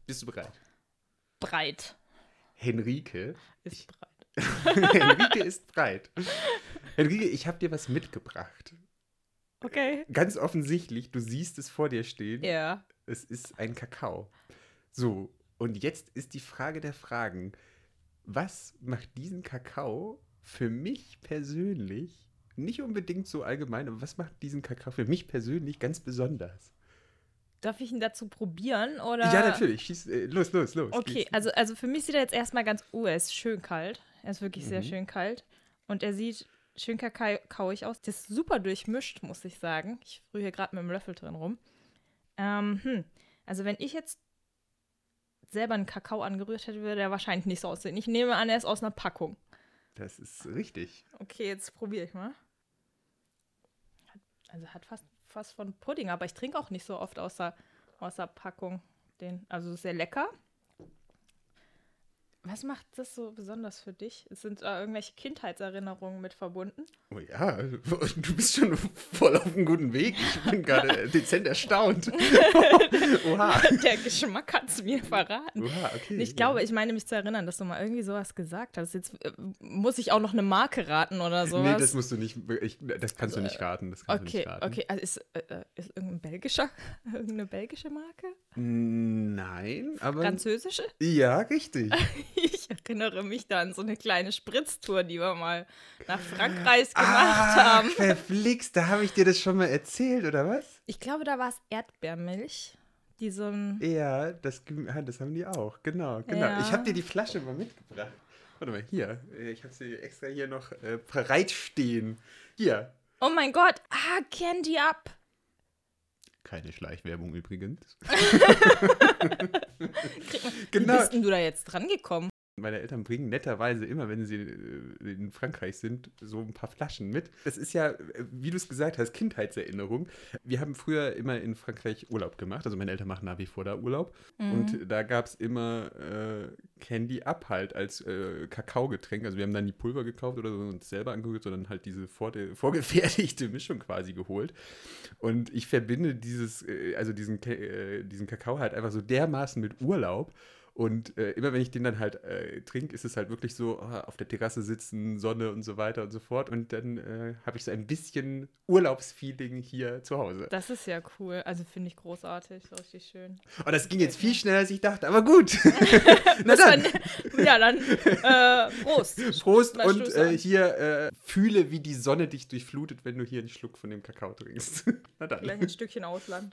Bist du bereit? Breit. Henrike. Ist breit. Henrike ist breit. Henrike, ich habe dir was mitgebracht. Okay. Ganz offensichtlich, du siehst es vor dir stehen. Ja. Es ist ein Kakao. So, und jetzt ist die Frage der Fragen. Was macht diesen Kakao für mich persönlich, nicht unbedingt so allgemein, aber was macht diesen Kakao für mich persönlich ganz besonders? Darf ich ihn dazu probieren, oder? Ja, natürlich. Schieß, los. Okay, also für mich sieht er jetzt erstmal er ist schön kalt. Er ist wirklich sehr schön kalt. Und er sieht schön kakaoig aus. Das ist super durchmischt, muss ich sagen. Ich rühre hier gerade mit dem Löffel drin rum. Also wenn ich jetzt selber einen Kakao angerührt hätte, würde er wahrscheinlich nicht so aussehen. Ich nehme an, er ist aus einer Packung. Das ist richtig. Okay, jetzt probiere ich mal. Also hat fast von Pudding, aber ich trinke auch nicht so oft aus der Packung. Also sehr lecker. Was macht das so besonders für dich? Es sind irgendwelche Kindheitserinnerungen mit verbunden. Oh ja, du bist schon voll auf einem guten Weg. Ich bin gerade dezent erstaunt. Oha. Der Geschmack hat es mir verraten. Oha, okay. Ich glaube, ich meine mich zu erinnern, dass du mal irgendwie sowas gesagt hast. Jetzt muss ich auch noch eine Marke raten oder sowas. Nee, das musst du nicht, das kannst du nicht raten. Das kannst du nicht raten. Okay, also ist irgendeine belgische Marke? Nein, aber... Französische? Ja, richtig. Ich erinnere mich da an so eine kleine Spritztour, die wir mal nach Frankreich gemacht haben. Verflixt, da habe ich dir das schon mal erzählt, oder was? Ich glaube, da war es Erdbeermilch, die so ein... Ja, das haben die auch, genau. Ja. Ich habe dir die Flasche mal mitgebracht. Warte mal, hier. Ich habe sie extra hier noch bereitstehen. Hier. Oh mein Gott, Candy Up. Keine Schleichwerbung übrigens. Wie bist denn du da jetzt dran gekommen? Meine Eltern bringen netterweise immer, wenn sie in Frankreich sind, so ein paar Flaschen mit. Das ist ja, wie du es gesagt hast, Kindheitserinnerung. Wir haben früher immer in Frankreich Urlaub gemacht. Also meine Eltern machen nach wie vor da Urlaub. Und da gab es immer Candy Up halt als Kakaogetränk. Also wir haben dann die Pulver gekauft oder so und uns selber angerührt, sondern halt diese vorgefertigte Mischung quasi geholt. Und ich verbinde diesen Kakao halt einfach so dermaßen mit Urlaub. Und immer wenn ich den dann halt trinke, ist es halt wirklich so, auf der Terrasse sitzen, Sonne und so weiter und so fort. Und dann habe ich so ein bisschen Urlaubsfeeling hier zu Hause. Das ist ja cool. Also finde ich großartig. Richtig schön. Und das ging jetzt viel schneller, als ich dachte. Aber gut. Na dann. Ja, dann Prost. Prost und hier fühle, wie die Sonne dich durchflutet, wenn du hier einen Schluck von dem Kakao trinkst. Na dann. Vielleicht ein Stückchen Ausland.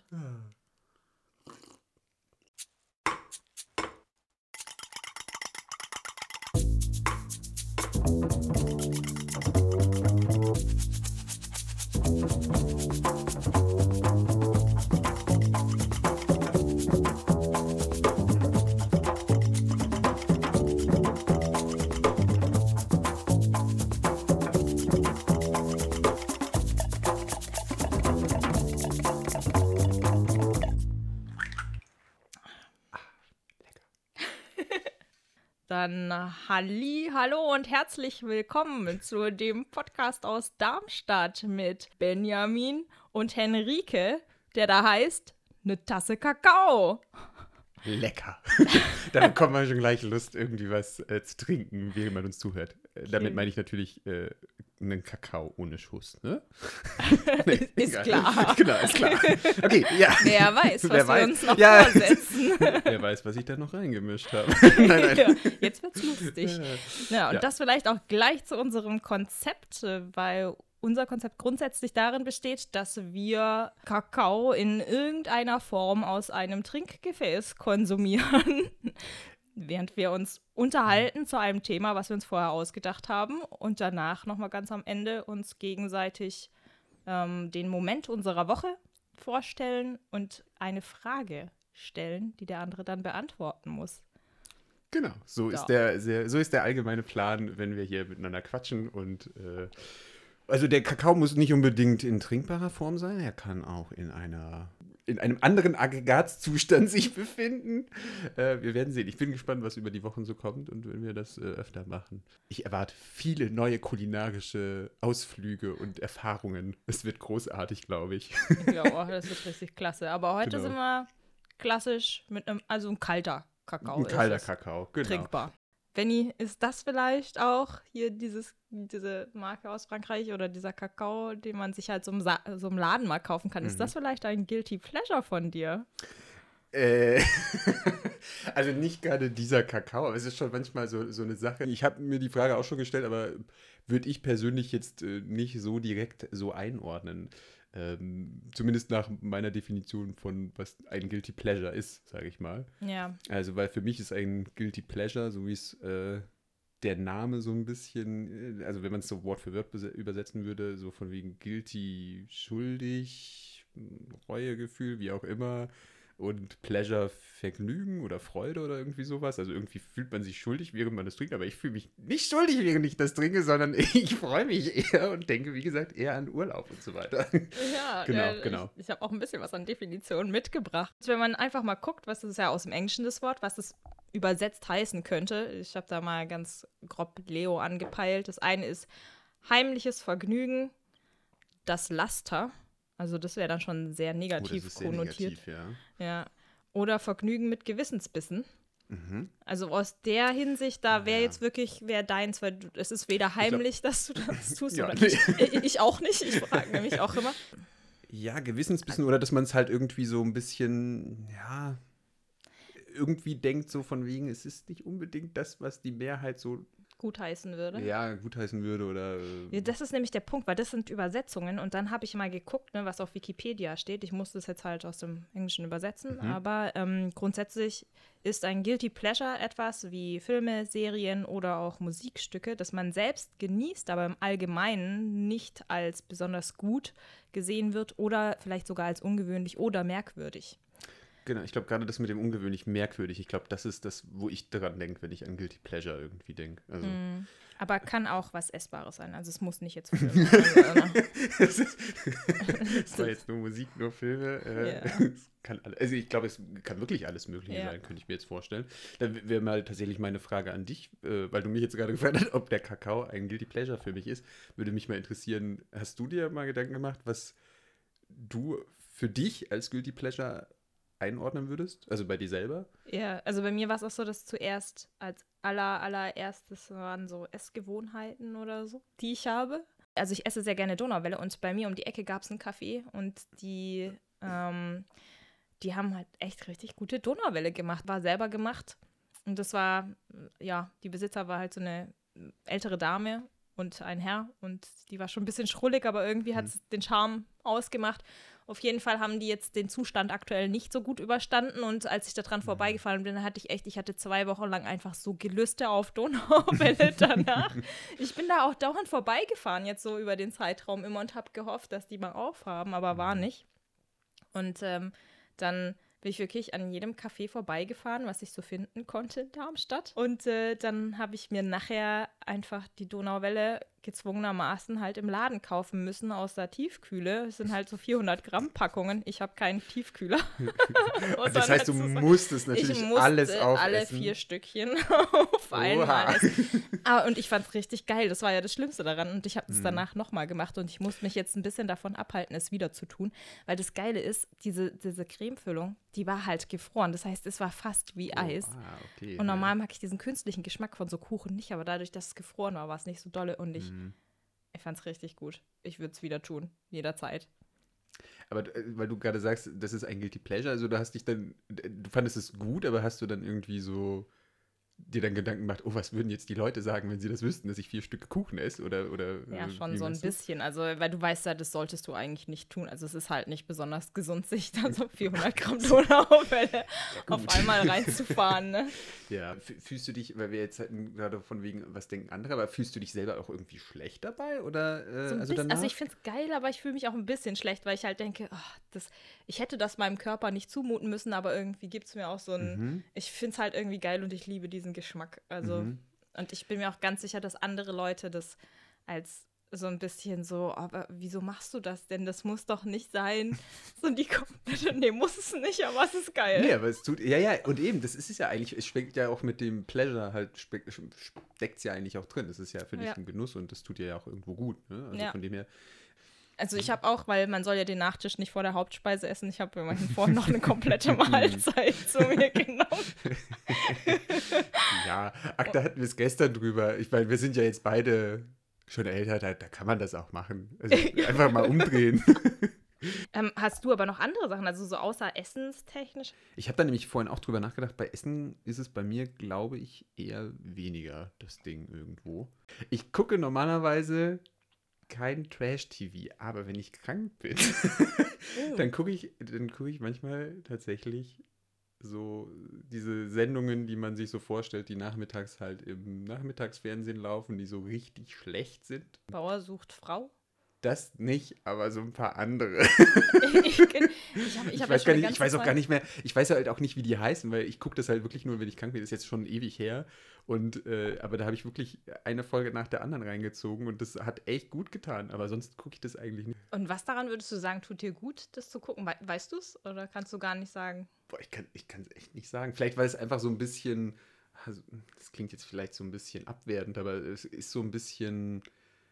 Dann hallo und herzlich willkommen zu dem Podcast aus Darmstadt mit Benjamin und Henrike, der da heißt, eine Tasse Kakao. Lecker. Da bekommt man schon gleich Lust, irgendwie was zu trinken, während man uns zuhört. Damit meine ich natürlich einen Kakao ohne Schuss, ne? Nee, ist klar. Genau, ist klar. Okay, ja. Wer weiß, was wir uns noch ja. vorsetzen. Wer weiß, was ich da noch reingemischt habe. Nein. Ja, jetzt wird's lustig. Ja, und das vielleicht auch gleich zu unserem Konzept, weil unser Konzept grundsätzlich darin besteht, dass wir Kakao in irgendeiner Form aus einem Trinkgefäß konsumieren, während wir uns unterhalten zu einem Thema, was wir uns vorher ausgedacht haben und danach nochmal ganz am Ende uns gegenseitig den Moment unserer Woche vorstellen und eine Frage stellen, die der andere dann beantworten muss. Genau, so ist der allgemeine Plan, wenn wir hier miteinander quatschen und also der Kakao muss nicht unbedingt in trinkbarer Form sein, er kann auch in einem anderen Aggregatzustand sich befinden. Wir werden sehen. Ich bin gespannt, was über die Wochen so kommt und wenn wir das öfter machen. Ich erwarte viele neue kulinarische Ausflüge und Erfahrungen. Es wird großartig, glaube ich. Ja, das wird richtig klasse. Aber heute sind wir klassisch mit also ein kalter Kakao. Ein kalter Kakao, genau. Trinkbar. Benni, ist das vielleicht auch hier diese Marke aus Frankreich oder dieser Kakao, den man sich halt so im Laden mal kaufen kann? Ist das vielleicht ein Guilty Pleasure von dir? Also nicht gerade dieser Kakao, aber es ist schon manchmal so eine Sache. Ich habe mir die Frage auch schon gestellt, aber würde ich persönlich jetzt nicht so direkt so einordnen. Zumindest nach meiner Definition von, was ein Guilty Pleasure ist, sage ich mal. Ja. Also, weil für mich ist ein Guilty Pleasure, so wie es der Name so ein bisschen, also wenn man es so Wort für Wort übersetzen würde, so von wegen guilty, schuldig, Reuegefühl, wie auch immer. Und Pleasure, Vergnügen oder Freude oder irgendwie sowas. Also irgendwie fühlt man sich schuldig, während man das trinkt, aber ich fühle mich nicht schuldig, während ich das trinke, sondern ich freue mich eher und denke, wie gesagt, eher an Urlaub und so weiter. Ja, genau. Ich habe auch ein bisschen was an Definitionen mitgebracht. Wenn man einfach mal guckt, was ist ja aus dem Englischen das Wort, was es übersetzt heißen könnte. Ich habe da mal ganz grob Leo angepeilt. Das eine ist heimliches Vergnügen, das Laster. Also das wäre dann schon sehr negativ das ist konnotiert. Sehr negativ, Ja. Oder Vergnügen mit Gewissensbissen. Also aus der Hinsicht, da wäre jetzt wirklich, wäre deins, weil es ist weder heimlich, dass du das tust, Ja, oder nee. ich auch nicht. Ich frage nämlich auch immer. Ja, Gewissensbissen oder dass man es halt irgendwie so ein bisschen, ja, irgendwie denkt so von wegen, es ist nicht unbedingt das, was die Mehrheit so Gutheißen würde. Ja, gutheißen würde oder. Ja, das ist nämlich der Punkt, weil das sind Übersetzungen und dann habe ich mal geguckt, ne, was auf Wikipedia steht. Ich musste es jetzt halt aus dem Englischen übersetzen, aber grundsätzlich ist ein Guilty Pleasure etwas wie Filme, Serien oder auch Musikstücke, das man selbst genießt, aber im Allgemeinen nicht als besonders gut gesehen wird oder vielleicht sogar als ungewöhnlich oder merkwürdig. Genau, ich glaube gerade das mit dem ungewöhnlich merkwürdig, ich glaube, das ist das, wo ich dran denke, wenn ich an Guilty Pleasure irgendwie denke. Also. Aber kann auch was Essbares sein, also es muss nicht jetzt Filme sein. Es war jetzt nur Musik, nur Filme. Es kann also ich glaube, es kann wirklich alles Mögliche sein, könnte ich mir jetzt vorstellen. Dann wäre mal tatsächlich meine Frage an dich, weil du mich jetzt gerade gefragt hast, ob der Kakao ein Guilty Pleasure für mich ist, würde mich mal interessieren, hast du dir mal Gedanken gemacht, was du für dich als Guilty Pleasure einordnen würdest? Also bei dir selber? Ja, also bei mir war es auch so, dass zuerst als allererstes waren so Essgewohnheiten oder so, die ich habe. Also ich esse sehr gerne Donauwelle und bei mir um die Ecke gab es einen Café und die haben halt echt richtig gute Donauwelle gemacht, war selber gemacht. Und das war, ja, die Besitzer war halt so eine ältere Dame und ein Herr und die war schon ein bisschen schrullig, aber irgendwie hat es den Charme ausgemacht. Auf jeden Fall haben die jetzt den Zustand aktuell nicht so gut überstanden und als ich da dran vorbeigefahren bin, hatte ich hatte 2 Wochen lang einfach so Gelüste auf Donauwelle danach. Ich bin da auch dauernd vorbeigefahren jetzt so über den Zeitraum immer und habe gehofft, dass die mal aufhaben, aber war nicht. Und dann bin ich wirklich an jedem Café vorbeigefahren, was ich so finden konnte in Darmstadt. Und dann habe ich mir nachher einfach die Donauwelle gezwungenermaßen halt im Laden kaufen müssen aus der Tiefkühle. Es sind halt so 400 Gramm Packungen. Ich habe keinen Tiefkühler. Das heißt, du musstest natürlich alles aufessen. Alle 4 Stückchen auf einmal essen. Und ich fand es richtig geil. Das war ja das Schlimmste daran. Und ich habe es danach nochmal gemacht. Und ich musste mich jetzt ein bisschen davon abhalten, es wieder zu tun. Weil das Geile ist, diese Cremefüllung, die war halt gefroren. Das heißt, es war fast wie Eis. Okay, und normal mag ich diesen künstlichen Geschmack von so Kuchen nicht. Aber dadurch, dass es gefroren war, war es nicht so dolle. Und ich fand es richtig gut. Ich würde es wieder tun, jederzeit. Aber weil du gerade sagst, das ist ein Guilty Pleasure, also du fandest es gut, aber hast du dann irgendwie so dir dann Gedanken gemacht, oh, was würden jetzt die Leute sagen, wenn sie das wüssten, dass ich 4 Stücke Kuchen esse? Oder ja, schon so ein bisschen. Also, weil du weißt ja, das solltest du eigentlich nicht tun. Also es ist halt nicht besonders gesund, sich da so 400 Gramm Donauwelle auf einmal reinzufahren. Ne? Ja, fühlst du dich, weil wir jetzt hatten gerade von wegen, was denken andere, aber fühlst du dich selber auch irgendwie schlecht dabei? Oder, also ich finde es geil, aber ich fühle mich auch ein bisschen schlecht, weil ich halt denke, ich hätte das meinem Körper nicht zumuten müssen, aber irgendwie gibt es mir auch so ein, ich finde es halt irgendwie geil und ich liebe diesen Geschmack. Also, und ich bin mir auch ganz sicher, dass andere Leute das als so ein bisschen so, aber wieso machst du das denn? Das muss doch nicht sein. So, die kommen bitte, nee, muss es nicht, aber es ist geil. Nee, aber es tut, ja, und eben, das ist es ja eigentlich, es schmeckt ja auch mit dem Pleasure halt, steckt es ja eigentlich auch drin. Das ist ja für dich ein Genuss und das tut dir ja auch irgendwo gut. Ne? Also von dem her, Also ich habe auch, weil man soll ja den Nachtisch nicht vor der Hauptspeise essen, ich habe immerhin vorher noch eine komplette Mahlzeit zu mir genommen. Ja, ach, da hatten wir es gestern drüber. Ich meine, wir sind ja jetzt beide schon älter, da kann man das auch machen. Also einfach mal umdrehen. Hast du aber noch andere Sachen, also so außer essenstechnisch? Ich habe da nämlich vorhin auch drüber nachgedacht, bei Essen ist es bei mir, glaube ich, eher weniger das Ding irgendwo. Ich gucke normalerweise kein Trash-TV, aber wenn ich krank bin, dann gucke ich manchmal tatsächlich so diese Sendungen, die man sich so vorstellt, die nachmittags halt im Nachmittagsfernsehen laufen, die so richtig schlecht sind. Bauer sucht Frau? Das nicht, aber so ein paar andere. Ich Ich weiß auch gar nicht mehr, ich weiß halt auch nicht, wie die heißen, weil ich gucke das halt wirklich nur, wenn ich krank bin, das ist jetzt schon ewig her. Aber da habe ich wirklich eine Folge nach der anderen reingezogen und das hat echt gut getan, aber sonst gucke ich das eigentlich nicht. Und was daran würdest du sagen, tut dir gut, das zu gucken? Weißt du es oder kannst du gar nicht sagen? Boah, ich kann es echt nicht sagen. Vielleicht, weil es einfach so ein bisschen, also, das klingt jetzt vielleicht so ein bisschen abwertend, aber es ist so ein bisschen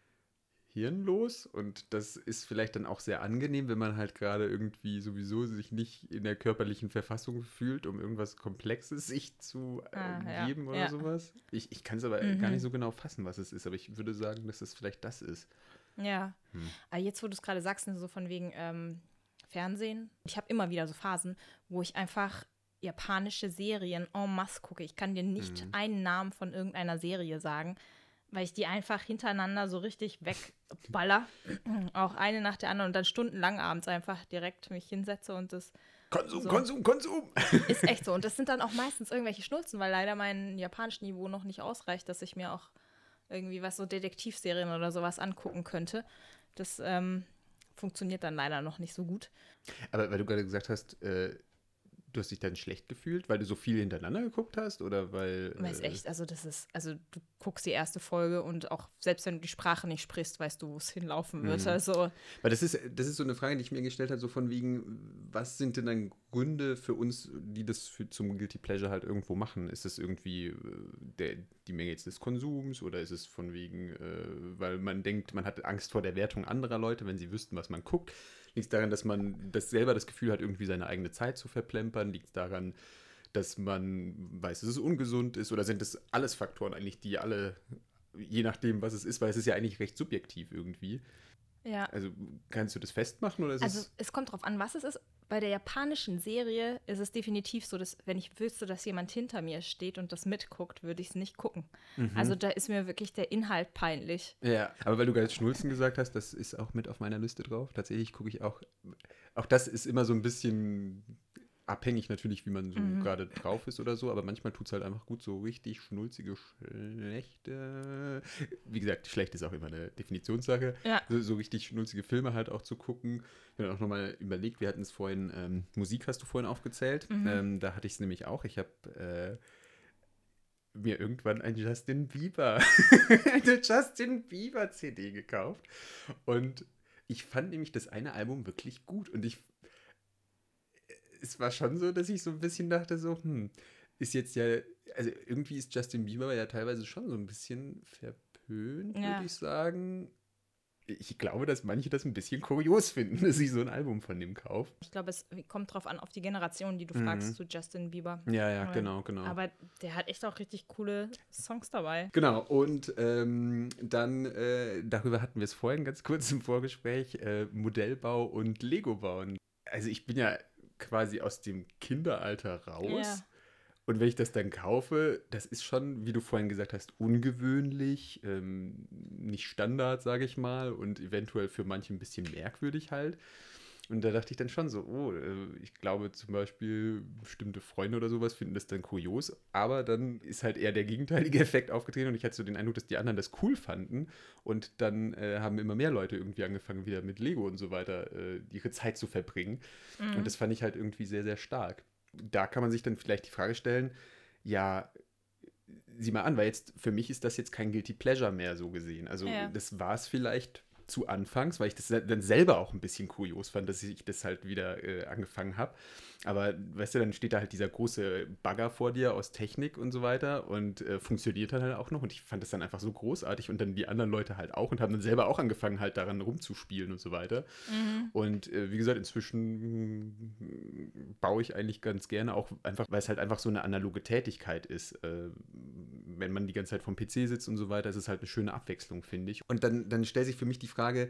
hirnlos und das ist vielleicht dann auch sehr angenehm, wenn man halt gerade irgendwie sowieso sich nicht in der körperlichen Verfassung fühlt, um irgendwas Komplexes sich zu geben oder sowas. Ich kann es aber gar nicht so genau fassen, was es ist, aber ich würde sagen, dass es vielleicht das ist. Ja, aber jetzt, wo du es gerade sagst, so von wegen Fernsehen, ich habe immer wieder so Phasen, wo ich einfach japanische Serien en masse gucke. Ich kann dir nicht einen Namen von irgendeiner Serie sagen, weil ich die einfach hintereinander so richtig wegballer. Auch eine nach der anderen und dann stundenlang abends einfach direkt mich hinsetze und das Konsum! Ist echt so. Und das sind dann auch meistens irgendwelche Schnulzen, weil leider mein japanisches Niveau noch nicht ausreicht, dass ich mir auch irgendwie was so Detektivserien oder sowas angucken könnte. Das funktioniert dann leider noch nicht so gut. Aber weil du gerade gesagt hast, du hast dich dann schlecht gefühlt, weil du so viel hintereinander geguckt hast oder weil. Aber ist echt, also du guckst die erste Folge und auch selbst wenn du die Sprache nicht sprichst, weißt du, wo es hinlaufen wird. Also. Weil das ist so eine Frage, die ich mir gestellt habe, so von wegen, was sind denn dann Gründe für uns, die das zum Guilty Pleasure halt irgendwo machen? Ist es irgendwie die Menge jetzt des Konsums oder ist es von wegen, weil man denkt, man hat Angst vor der Wertung anderer Leute, wenn sie wüssten, was man guckt? Liegt es daran, dass man selber das Gefühl hat, irgendwie seine eigene Zeit zu verplempern? Liegt es daran, dass man weiß, dass es ungesund ist? Oder sind das alles Faktoren eigentlich, die alle, je nachdem, was es ist, weil es ist ja eigentlich recht subjektiv irgendwie. Ja. Also kannst du das festmachen oder ist Also es kommt drauf an, was es ist. Bei der japanischen Serie ist es definitiv so, dass wenn ich wüsste, dass jemand hinter mir steht und das mitguckt, würde ich es nicht gucken. Also da ist mir wirklich der Inhalt peinlich. Ja, aber weil du gerade Schnulzen gesagt hast, das ist auch mit auf meiner Liste drauf. Tatsächlich gucke ich auch das ist immer so ein bisschen abhängig natürlich, wie man so gerade drauf ist oder so, aber manchmal tut es halt einfach gut, so richtig schnulzige, schlechte, wie gesagt, schlecht ist auch immer eine Definitionssache, Ja. so richtig schnulzige Filme halt auch zu gucken. Ich habe auch nochmal überlegt, wir hatten es vorhin, Musik hast du vorhin aufgezählt, da hatte ich es nämlich auch, ich habe mir irgendwann eine Justin Bieber CD gekauft und ich fand nämlich das eine Album wirklich gut und es war schon so, dass ich so ein bisschen dachte, so, ist jetzt ja, also irgendwie ist Justin Bieber ja teilweise schon so ein bisschen verpönt, würde ich sagen. Ich glaube, dass manche das ein bisschen kurios finden, dass ich so ein Album von dem kaufe. Ich glaube, es kommt drauf an, auf die Generation, die du fragst zu Justin Bieber. Ja, genau. Aber der hat echt auch richtig coole Songs dabei. Genau, und dann, darüber hatten wir es vorhin ganz kurz im Vorgespräch, Modellbau und Lego bauen. Also ich bin ja quasi aus dem Kinderalter raus. Ja. Und wenn ich das dann kaufe, das ist schon, wie du vorhin gesagt hast, ungewöhnlich, nicht Standard, sage ich mal, und eventuell für manche ein bisschen merkwürdig halt. Und da dachte ich dann schon so, ich glaube zum Beispiel bestimmte Freunde oder sowas finden das dann kurios, aber dann ist halt eher der gegenteilige Effekt aufgetreten und ich hatte so den Eindruck, dass die anderen das cool fanden und dann haben immer mehr Leute irgendwie angefangen, wieder mit Lego und so weiter ihre Zeit zu verbringen. Und das fand ich halt irgendwie sehr, sehr stark. Da kann man sich dann vielleicht die Frage stellen, ja, sieh mal an, weil jetzt für mich ist das jetzt kein Guilty Pleasure mehr so gesehen. Also das war es vielleicht zu Anfangs, weil ich das dann selber auch ein bisschen kurios fand, dass ich das halt wieder angefangen habe. Aber weißt du, dann steht da halt dieser große Bagger vor dir aus Technik und so weiter und funktioniert dann halt auch noch. Und ich fand das dann einfach so großartig und dann die anderen Leute halt auch und haben dann selber auch angefangen, halt daran rumzuspielen und so weiter. Und wie gesagt, inzwischen baue ich eigentlich ganz gerne, auch einfach, weil es halt einfach so eine analoge Tätigkeit ist. Wenn man die ganze Zeit vom PC sitzt und so weiter, ist es halt eine schöne Abwechslung, finde ich. Und dann stellt sich für mich die Frage,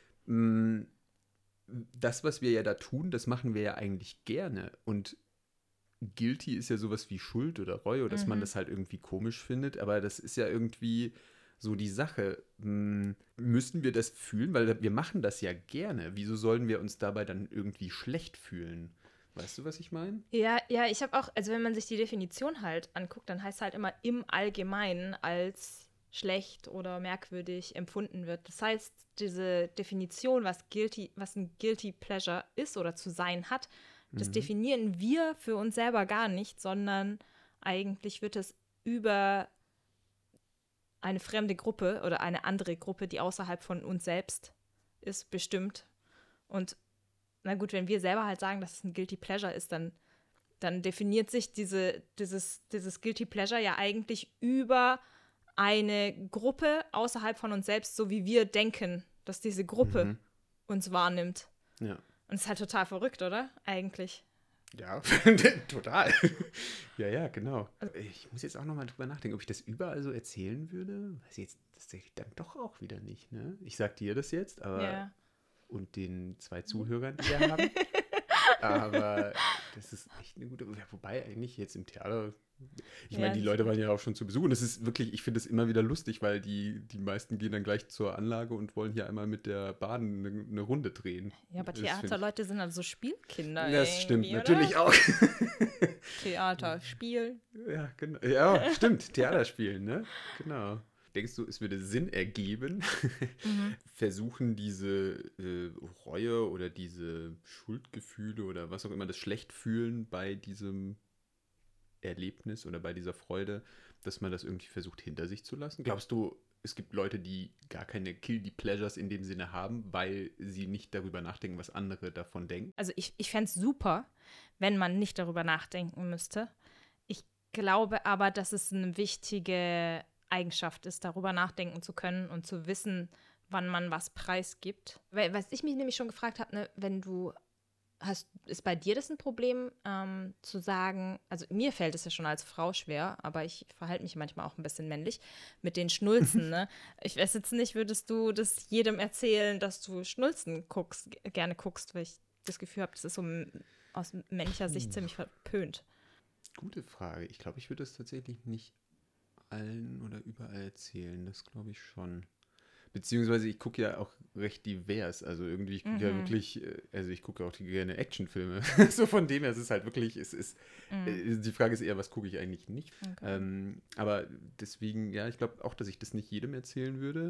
das, was wir ja da tun, das machen wir ja eigentlich gerne. Und guilty ist ja sowas wie Schuld oder Reue, dass man das halt irgendwie komisch findet. Aber das ist ja irgendwie so die Sache. Müssen wir das fühlen? Weil wir machen das ja gerne. Wieso sollen wir uns dabei dann irgendwie schlecht fühlen? Weißt du, was ich meine? Ja, ich habe auch, also wenn man sich die Definition halt anguckt, dann heißt es halt immer im Allgemeinen als schlecht oder merkwürdig empfunden wird. Das heißt, diese Definition, was ein Guilty Pleasure ist oder zu sein hat, das definieren wir für uns selber gar nicht, sondern eigentlich wird es über eine fremde Gruppe oder eine andere Gruppe, die außerhalb von uns selbst ist, bestimmt. Und na gut, wenn wir selber halt sagen, dass es ein Guilty Pleasure ist, dann definiert sich dieses Guilty Pleasure ja eigentlich über eine Gruppe außerhalb von uns selbst, so wie wir denken, dass diese Gruppe uns wahrnimmt. Ja. Und es ist halt total verrückt, oder? Eigentlich. Ja, total. Ja, genau. Ich muss jetzt auch nochmal drüber nachdenken, ob ich das überall so erzählen würde. Weiß ich jetzt tatsächlich dann doch auch wieder nicht, ne? Ich sag dir das jetzt, aber und den 2 Zuhörern, die wir haben. Aber das ist echt eine gute. Ja, wobei eigentlich jetzt im Theater. Ich meine, die Leute waren ja auch schon zu Besuch. Und es ist wirklich, ich finde es immer wieder lustig, weil die meisten gehen dann gleich zur Anlage und wollen hier einmal mit der Bahn eine Runde drehen. Ja, aber Theaterleute sind also Spielkinder. Das stimmt natürlich auch. Theater, Spiel. Ja, genau. Ja, stimmt. Theaterspielen, ne? Genau. Denkst du, es würde Sinn ergeben, versuchen diese Reue oder diese Schuldgefühle oder was auch immer, das Schlechtfühlen bei diesem Erlebnis oder bei dieser Freude, dass man das irgendwie versucht hinter sich zu lassen? Glaubst du, es gibt Leute, die gar keine Guilty Pleasures in dem Sinne haben, weil sie nicht darüber nachdenken, was andere davon denken? Also ich fände es super, wenn man nicht darüber nachdenken müsste. Ich glaube aber, dass es eine wichtige Eigenschaft ist, darüber nachdenken zu können und zu wissen, wann man was preisgibt. Weil, was ich mich nämlich schon gefragt habe, ne, wenn du ist bei dir das ein Problem, zu sagen, also mir fällt es ja schon als Frau schwer, aber ich verhalte mich manchmal auch ein bisschen männlich, mit den Schnulzen, ne? Ich weiß jetzt nicht, würdest du das jedem erzählen, dass du Schnulzen gerne guckst, weil ich das Gefühl habe, das ist so aus männlicher Sicht ziemlich verpönt. Gute Frage. Ich glaube, ich würde es tatsächlich nicht allen oder überall erzählen, das glaube ich schon. Beziehungsweise ich gucke ja auch recht divers, also irgendwie, ich gucke ja wirklich, also ich gucke auch gerne Actionfilme, so von dem her, es ist halt wirklich, die Frage ist eher, was gucke ich eigentlich nicht. Okay. Aber deswegen, ja, ich glaube auch, dass ich das nicht jedem erzählen würde,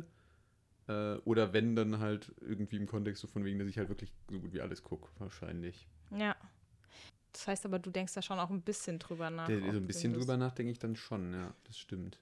oder wenn, dann halt irgendwie im Kontext so von wegen, dass ich halt wirklich so gut wie alles gucke, wahrscheinlich. Ja. Das heißt aber, du denkst da schon auch ein bisschen drüber nach. So ein bisschen drüber nachdenke ich dann schon, ja, das stimmt.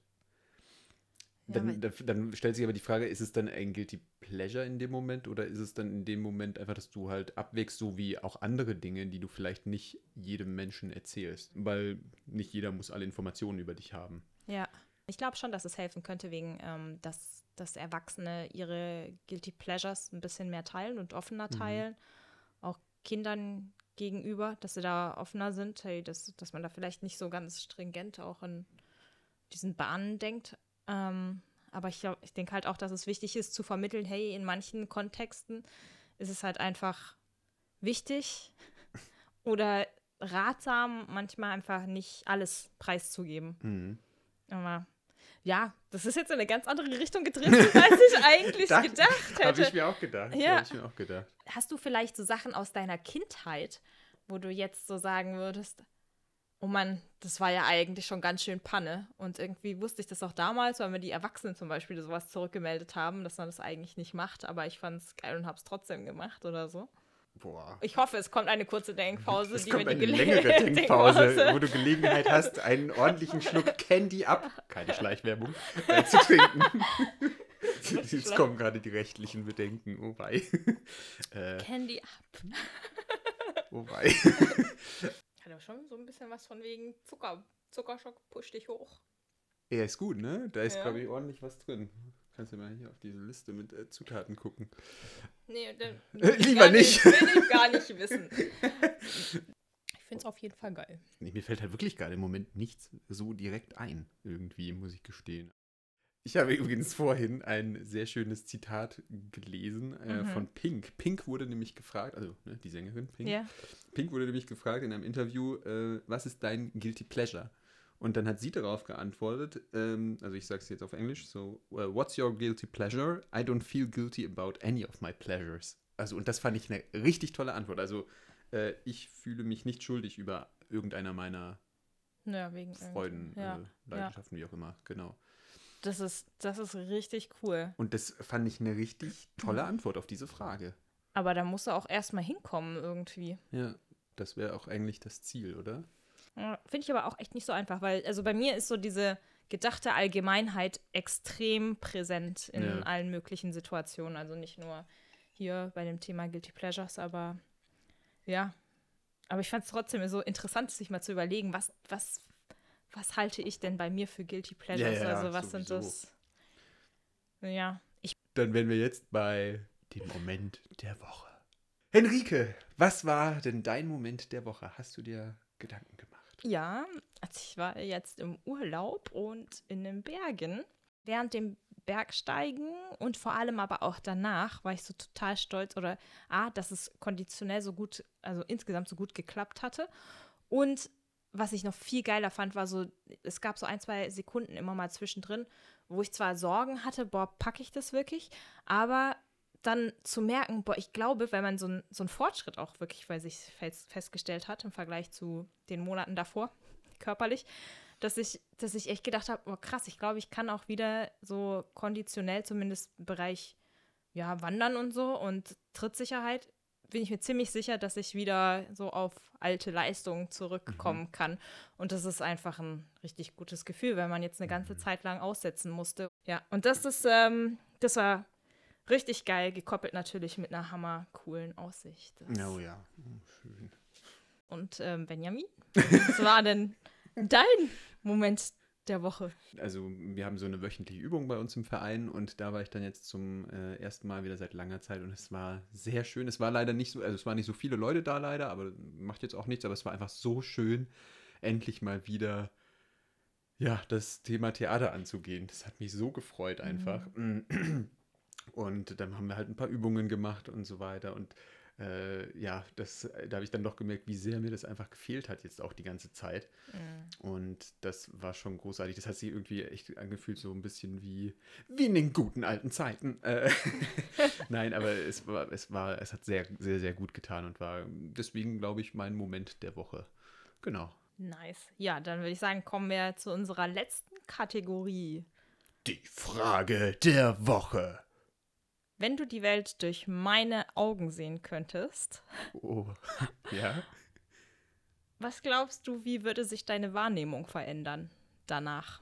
Dann stellt sich aber die Frage, ist es dann ein Guilty Pleasure in dem Moment oder ist es dann in dem Moment einfach, dass du halt abwägst, so wie auch andere Dinge, die du vielleicht nicht jedem Menschen erzählst, weil nicht jeder muss alle Informationen über dich haben. Ja, ich glaube schon, dass es helfen könnte, wegen, dass Erwachsene ihre Guilty Pleasures ein bisschen mehr teilen und offener teilen, auch Kindern gegenüber, dass sie da offener sind, hey, dass man da vielleicht nicht so ganz stringent auch in diesen Bahnen denkt. Aber ich denke halt auch, dass es wichtig ist zu vermitteln, hey, in manchen Kontexten ist es halt einfach wichtig oder ratsam, manchmal einfach nicht alles preiszugeben. Aber ja, das ist jetzt in eine ganz andere Richtung gedriftet, als ich eigentlich gedacht hätte. Habe ich mir auch gedacht. Ja. Habe ich mir auch gedacht. Hast du vielleicht so Sachen aus deiner Kindheit, wo du jetzt so sagen würdest, oh Mann, das war ja eigentlich schon ganz schön Panne. Und irgendwie wusste ich das auch damals, weil mir die Erwachsenen zum Beispiel sowas zurückgemeldet haben, dass man das eigentlich nicht macht, aber ich fand es geil und habe es trotzdem gemacht oder so. Boah. Ich hoffe, es kommt eine kurze Denkpause. Es kommt eine längere Denkpause, wo du Gelegenheit hast, einen ordentlichen Schluck Candy Up, keine Schleichwerbung, zu trinken. Jetzt kommen gerade die rechtlichen Bedenken. Oh wei. Candy ab. Oh wei. Hat aber schon so ein bisschen was von wegen Zuckerschock pusht dich hoch. Er ist gut, ne? Da ist, Ja. glaube ich, ordentlich was drin. Kannst du mal hier auf diese Liste mit Zutaten gucken. Nee, dann Lieber nicht. Will ich gar nicht wissen. Ich finde es auf jeden Fall geil. Mir fällt halt wirklich gerade im Moment nichts so direkt ein, irgendwie, muss ich gestehen. Ich habe übrigens vorhin ein sehr schönes Zitat gelesen von Pink. Pink wurde nämlich gefragt, also ne, die Sängerin Pink. Ja. Pink wurde nämlich gefragt in einem Interview, was ist dein Guilty Pleasure? Und dann hat sie darauf geantwortet, also ich sage es jetzt auf Englisch, so, what's your guilty pleasure? I don't feel guilty about any of my pleasures. Also, und das fand ich eine richtig tolle Antwort. Also, ich fühle mich nicht schuldig über irgendeiner meiner Wegen Freuden, Leidenschaften, wie auch immer, genau. Das ist richtig cool. Und das fand ich eine richtig tolle Antwort auf diese Frage. Aber da musst du auch erstmal hinkommen irgendwie. Ja, das wäre auch eigentlich das Ziel, oder? Finde ich aber auch echt nicht so einfach, weil also bei mir ist so diese gedachte Allgemeinheit extrem präsent in allen möglichen Situationen. Also nicht nur hier bei dem Thema Guilty Pleasures, aber ja. Aber ich fand es trotzdem so interessant, sich mal zu überlegen, was halte ich denn bei mir für Guilty Pleasures? Ja, also was sowieso. sind das? Ja. Dann wären wir jetzt bei dem Moment der Woche. Henrike, was war denn dein Moment der Woche? Hast du dir Gedanken gemacht? Ja, also ich war jetzt im Urlaub und in den Bergen. Während dem Bergsteigen und vor allem aber auch danach war ich so total stolz dass es konditionell so gut, also insgesamt so gut geklappt hatte. Und was ich noch viel geiler fand, war so, es gab so 1-2 Sekunden immer mal zwischendrin, wo ich zwar Sorgen hatte, packe ich das wirklich, aber dann zu merken, ich glaube, weil man so einen Fortschritt auch wirklich bei sich festgestellt hat im Vergleich zu den Monaten davor, körperlich, dass ich echt gedacht habe, krass, ich glaube, ich kann auch wieder so konditionell zumindest im Bereich Wandern und so und Trittsicherheit bin ich mir ziemlich sicher, dass ich wieder so auf alte Leistungen zurückkommen kann. Und das ist einfach ein richtig gutes Gefühl, wenn man jetzt eine ganze Zeit lang aussetzen musste. Ja, und das war richtig geil, gekoppelt natürlich mit einer hammercoolen Aussicht. Oh ja, schön. Und Benjamin, was war denn dein Moment der Woche? Also wir haben so eine wöchentliche Übung bei uns im Verein und da war ich dann jetzt zum ersten Mal wieder seit langer Zeit und es war sehr schön. Es war leider nicht so, also es waren nicht so viele Leute da leider, aber macht jetzt auch nichts, aber es war einfach so schön, endlich mal wieder das Thema Theater anzugehen. Das hat mich so gefreut einfach. Und dann haben wir halt ein paar Übungen gemacht und so weiter und da habe ich dann doch gemerkt, wie sehr mir das einfach gefehlt hat, jetzt auch die ganze Zeit. Und das war schon großartig. Das hat sich irgendwie echt angefühlt, so ein bisschen wie in den guten alten Zeiten. Nein, aber es hat sehr, sehr, sehr gut getan und war deswegen, glaube ich, mein Moment der Woche. Genau. Nice. Ja, dann würde ich sagen, kommen wir zu unserer letzten Kategorie. Die Frage der Woche. Wenn du die Welt durch meine Augen sehen könntest. Oh, ja. Was glaubst du, wie würde sich deine Wahrnehmung verändern danach?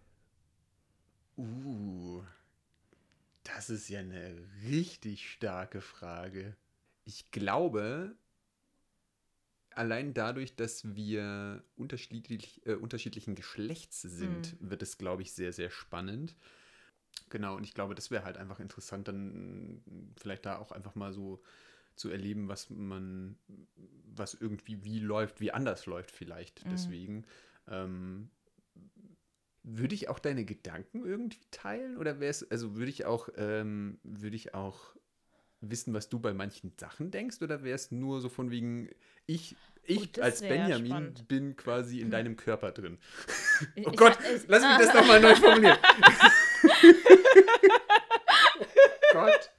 Das ist ja eine richtig starke Frage. Ich glaube, allein dadurch, dass wir unterschiedlichen Geschlechts sind, wird es, glaube ich, sehr, sehr spannend. Genau, und ich glaube, das wäre halt einfach interessant, dann vielleicht da auch einfach mal so zu erleben, was irgendwie wie läuft, wie anders läuft vielleicht. Deswegen würde ich auch deine Gedanken irgendwie teilen oder würde ich auch wissen, was du bei manchen Sachen denkst oder wäre es nur so von wegen, ich als Benjamin spannend. bin quasi in deinem Körper drin. Oh Gott, lass mich das nochmal neu formulieren. Gott.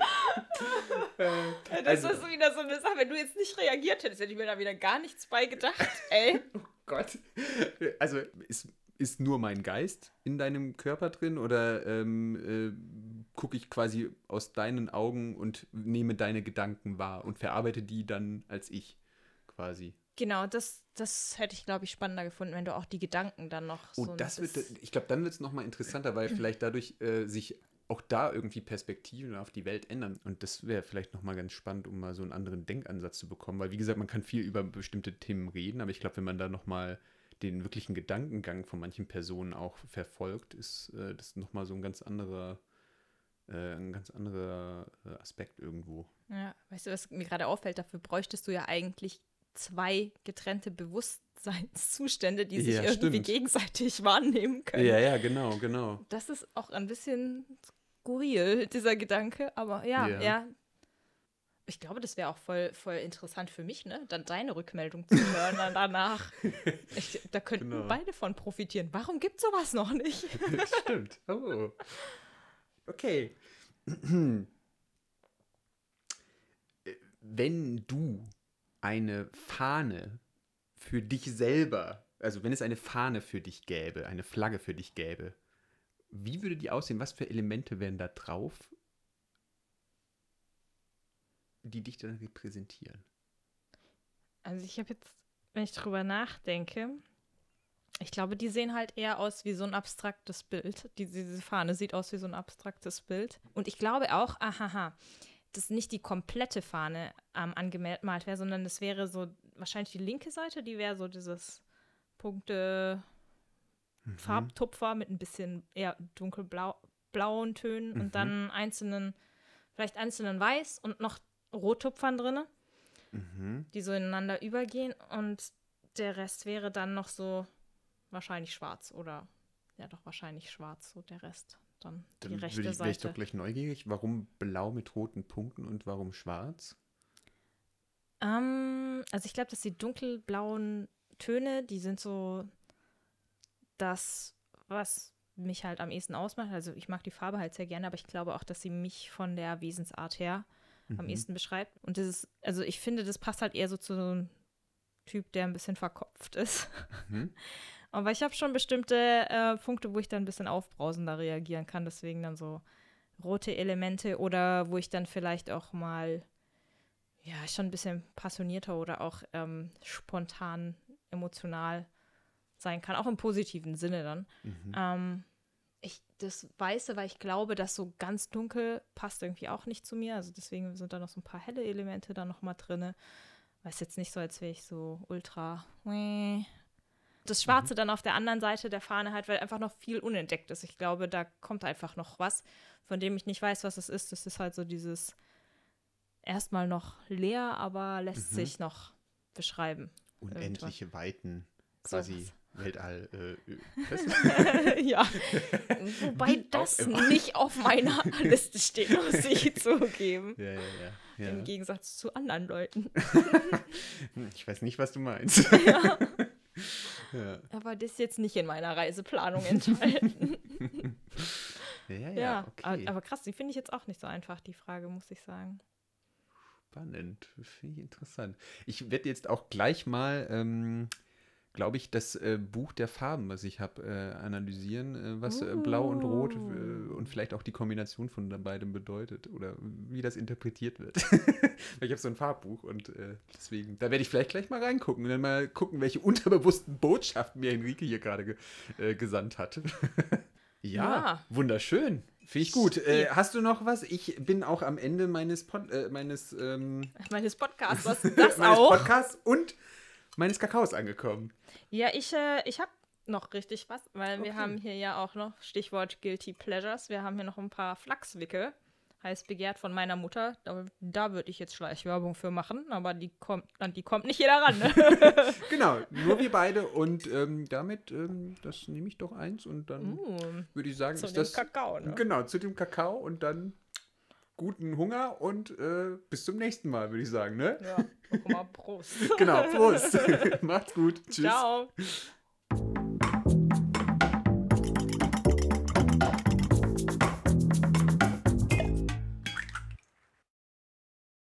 Das ist wieder so eine Sache, wenn du jetzt nicht reagiert hättest, hätte ich mir da wieder gar nichts bei gedacht, ey. Oh Gott. Also ist nur mein Geist in deinem Körper drin oder gucke ich quasi aus deinen Augen und nehme deine Gedanken wahr und verarbeite die dann als ich quasi? Genau, das hätte ich, glaube ich, spannender gefunden, wenn du auch die Gedanken dann noch so ich glaube, dann wird es nochmal interessanter, weil vielleicht dadurch sich auch da irgendwie Perspektiven auf die Welt ändern. Und das wäre vielleicht nochmal ganz spannend, um mal so einen anderen Denkansatz zu bekommen. Weil, wie gesagt, man kann viel über bestimmte Themen reden, aber ich glaube, wenn man da nochmal den wirklichen Gedankengang von manchen Personen auch verfolgt, ist das nochmal so ein ganz anderer Aspekt irgendwo. Ja, weißt du, was mir gerade auffällt, dafür bräuchtest du ja eigentlich 2 getrennte Bewusstseinszustände, die sich irgendwie gegenseitig wahrnehmen können. Ja, genau. Das ist auch ein bisschen skurril, dieser Gedanke, aber ja. Ich glaube, das wäre auch voll interessant für mich, ne? Dann deine Rückmeldung zu hören dann danach. Da könnten beide von profitieren. Warum gibt es sowas noch nicht? Stimmt. Oh. Okay. Wenn du eine Fahne für dich selber, also wenn es eine Fahne für dich gäbe, eine Flagge für dich gäbe, wie würde die aussehen? Was für Elemente wären da drauf, die dich dann repräsentieren? Also ich habe jetzt, wenn ich drüber nachdenke, ich glaube, die sehen halt eher aus wie so ein abstraktes Bild. Diese Fahne sieht aus wie so ein abstraktes Bild. Und ich glaube auch, dass nicht die komplette Fahne angemalt wäre, sondern es wäre so wahrscheinlich die linke Seite, die wäre so dieses Punkte Farbtupfer mit ein bisschen eher dunkelblauen Tönen und dann vielleicht einzelnen Weiß und noch Rottupfern drin, die so ineinander übergehen und der Rest wäre dann noch so wahrscheinlich schwarz oder wahrscheinlich schwarz, so der Rest. Dann die rechte Seite. Wäre ich doch gleich neugierig. Warum blau mit roten Punkten und warum schwarz? Also ich glaube, dass die dunkelblauen Töne, die sind so das, was mich halt am ehesten ausmacht. Also ich mag die Farbe halt sehr gerne, aber ich glaube auch, dass sie mich von der Wesensart her am ehesten beschreibt. Und also ich finde, das passt halt eher so zu so einem Typ, der ein bisschen verkopft ist. Aber ich habe schon bestimmte Punkte, wo ich dann ein bisschen aufbrausender reagieren kann. Deswegen dann so rote Elemente oder wo ich dann vielleicht auch mal schon ein bisschen passionierter oder auch spontan emotional sein kann. Auch im positiven Sinne dann. Das Weiße, weil ich glaube, dass so ganz dunkel passt irgendwie auch nicht zu mir. Also deswegen sind da noch so ein paar helle Elemente da noch mal drin. Weiß jetzt nicht so, als wäre ich so ultra das Schwarze dann auf der anderen Seite der Fahne halt, weil einfach noch viel unentdeckt ist. Ich glaube, da kommt einfach noch was, von dem ich nicht weiß, was es ist. Das ist halt so dieses erstmal noch leer, aber lässt sich noch beschreiben. Unendliche Weiten, quasi so Weltall. Ja, wobei das nicht auf meiner Liste steht, muss ich zugeben. Ja. Im Gegensatz zu anderen Leuten. Ich weiß nicht, was du meinst. Ja. Aber das ist jetzt nicht in meiner Reiseplanung enthalten. Ja, okay. Aber krass, die finde ich jetzt auch nicht so einfach, die Frage, muss ich sagen. Spannend, finde ich interessant. Ich werde jetzt auch gleich mal, glaube ich, das Buch der Farben, was ich habe, analysieren, was Blau und Rot und vielleicht auch die Kombination von beidem bedeutet oder wie das interpretiert wird. Weil ich habe so ein Farbbuch und deswegen, da werde ich vielleicht gleich mal reingucken und dann mal gucken, welche unterbewussten Botschaften mir Henrike hier gerade gesandt hat. Ja, wunderschön. Finde ich gut. Hast du noch was? Ich bin auch am Ende meines Podcasts. Was ist das auch? Meines Podcasts und meines Kakaos angekommen. Ja, ich habe noch richtig was, weil wir haben hier ja auch noch, Stichwort Guilty Pleasures, wir haben hier noch ein paar Flachswickel, heiß begehrt von meiner Mutter. Da würde ich jetzt Schleichwerbung für machen, aber die kommt nicht jeder ran. Ne? Genau, nur wir beide und damit, das nehme ich doch eins und dann würde ich sagen, ist das Kakao, ne? Genau, zu dem Kakao und dann guten Hunger und bis zum nächsten Mal, würde ich sagen, ne? Ja, guck mal, Prost. Genau, Prost. Macht's gut. Tschüss. Ciao.